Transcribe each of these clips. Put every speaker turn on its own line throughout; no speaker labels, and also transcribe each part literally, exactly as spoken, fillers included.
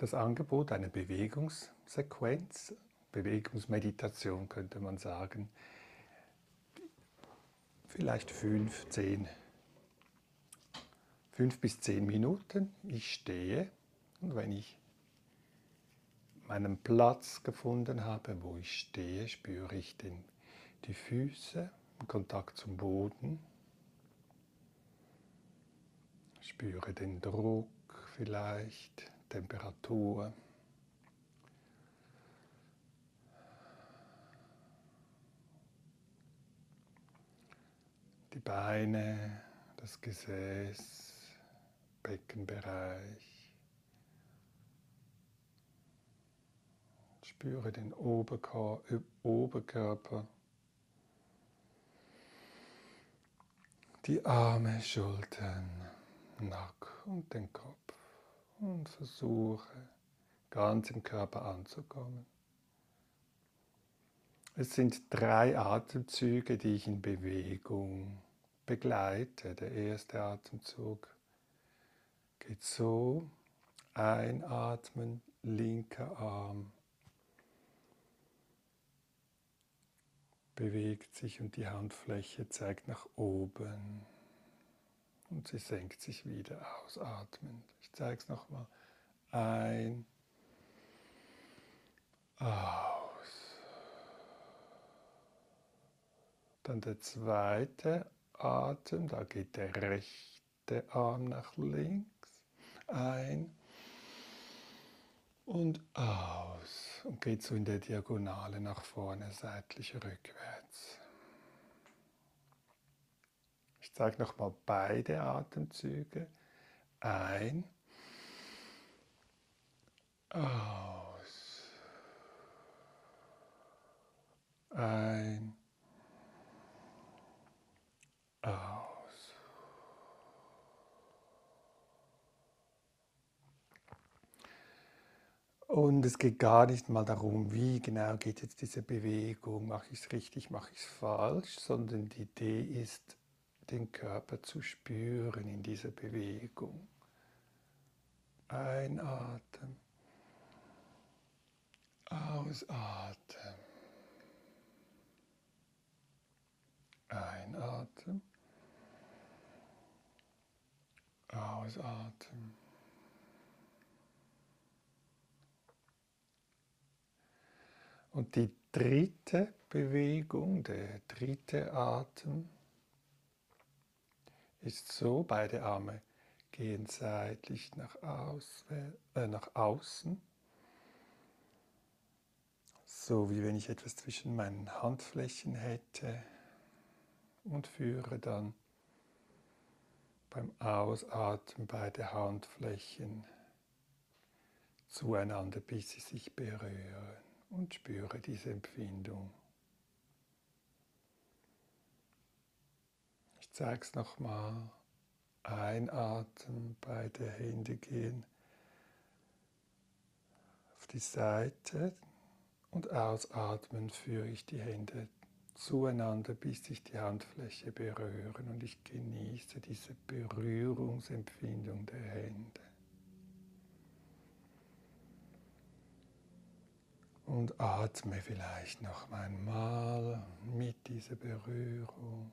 das Angebot einer Bewegungssequenz, Bewegungsmeditation könnte man sagen, vielleicht fünf, zehn, fünf bis zehn Minuten. Ich stehe und wenn ich meinen Platz gefunden habe, wo ich stehe, spüre ich den, die Füße im Kontakt zum Boden, spüre den Druck vielleicht, Temperatur. Die Beine, das Gesäß, Beckenbereich. Spüre den Oberkörper, Oberkörper, die Arme, Schultern, Nacken und den Kopf und versuche ganz im Körper anzukommen. Es sind drei Atemzüge, die ich in Bewegung begleite. Der erste Atemzug geht so: Einatmen, linker Arm bewegt sich und die Handfläche zeigt nach oben und sie senkt sich wieder, ausatmend. Ich zeige es nochmal. Ein, aus. Dann der zweite Atem, da geht der rechte Arm nach links. Ein und aus. Und geht so in der Diagonale nach vorne, seitlich rückwärts. Ich zeige nochmal beide Atemzüge. Ein, aus. Ein, aus. Und es geht gar nicht mal darum, wie genau geht jetzt diese Bewegung, mache ich es richtig, mache ich es falsch, sondern die Idee ist, den Körper zu spüren in dieser Bewegung. Einatmen, ausatmen, einatmen, ausatmen. Und die dritte Bewegung, der dritte Atem, ist so, beide Arme gehen seitlich nach, aus, äh, nach außen, so wie wenn ich etwas zwischen meinen Handflächen hätte, und führe dann beim Ausatmen beide Handflächen zueinander, bis sie sich berühren, und spüre diese Empfindung. Ich zeige es nochmal. Einatmen, beide Hände gehen auf die Seite und ausatmen führe ich die Hände zueinander, bis sich die Handfläche berühren, und ich genieße diese Berührungsempfindung der Hände. Und atme vielleicht noch einmal mit dieser Berührung.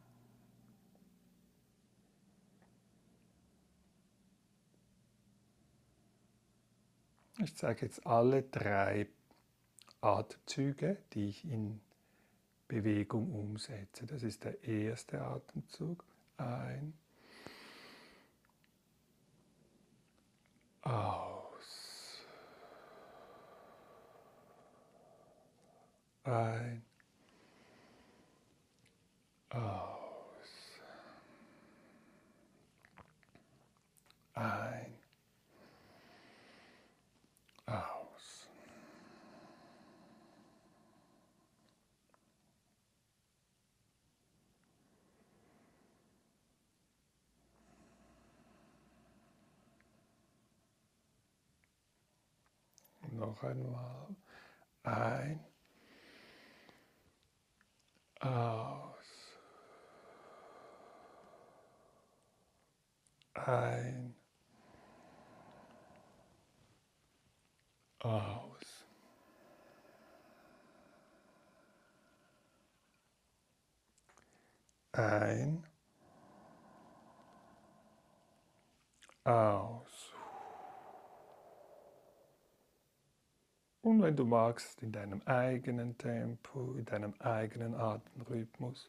Ich zeige jetzt alle drei Atemzüge, die ich in Bewegung umsetze. Das ist der erste Atemzug. Ein, aus. Ein, aus. Ein, aus. Noch einmal. Ein, aus. Ein, aus. Ein, aus. Und wenn du magst, in deinem eigenen Tempo, in deinem eigenen Atemrhythmus.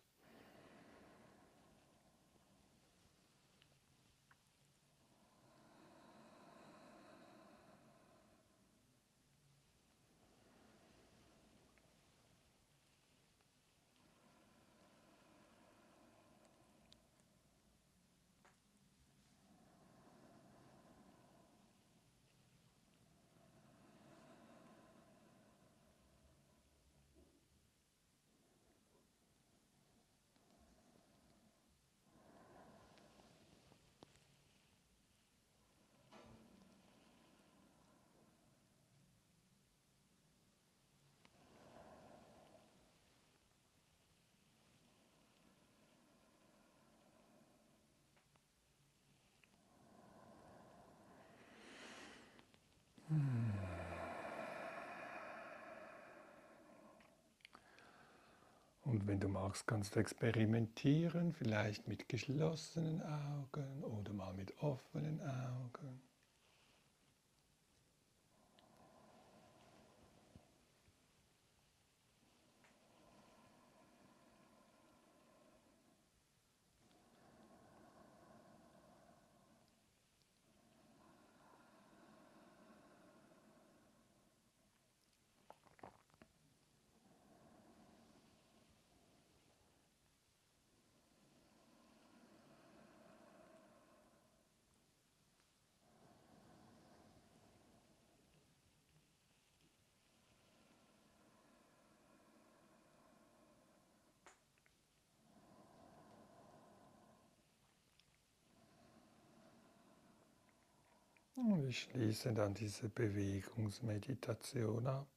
Und wenn du magst, kannst du experimentieren, vielleicht mit geschlossenen Augen oder mal mit offenen Augen. Und ich schließe dann diese Bewegungsmeditation ab.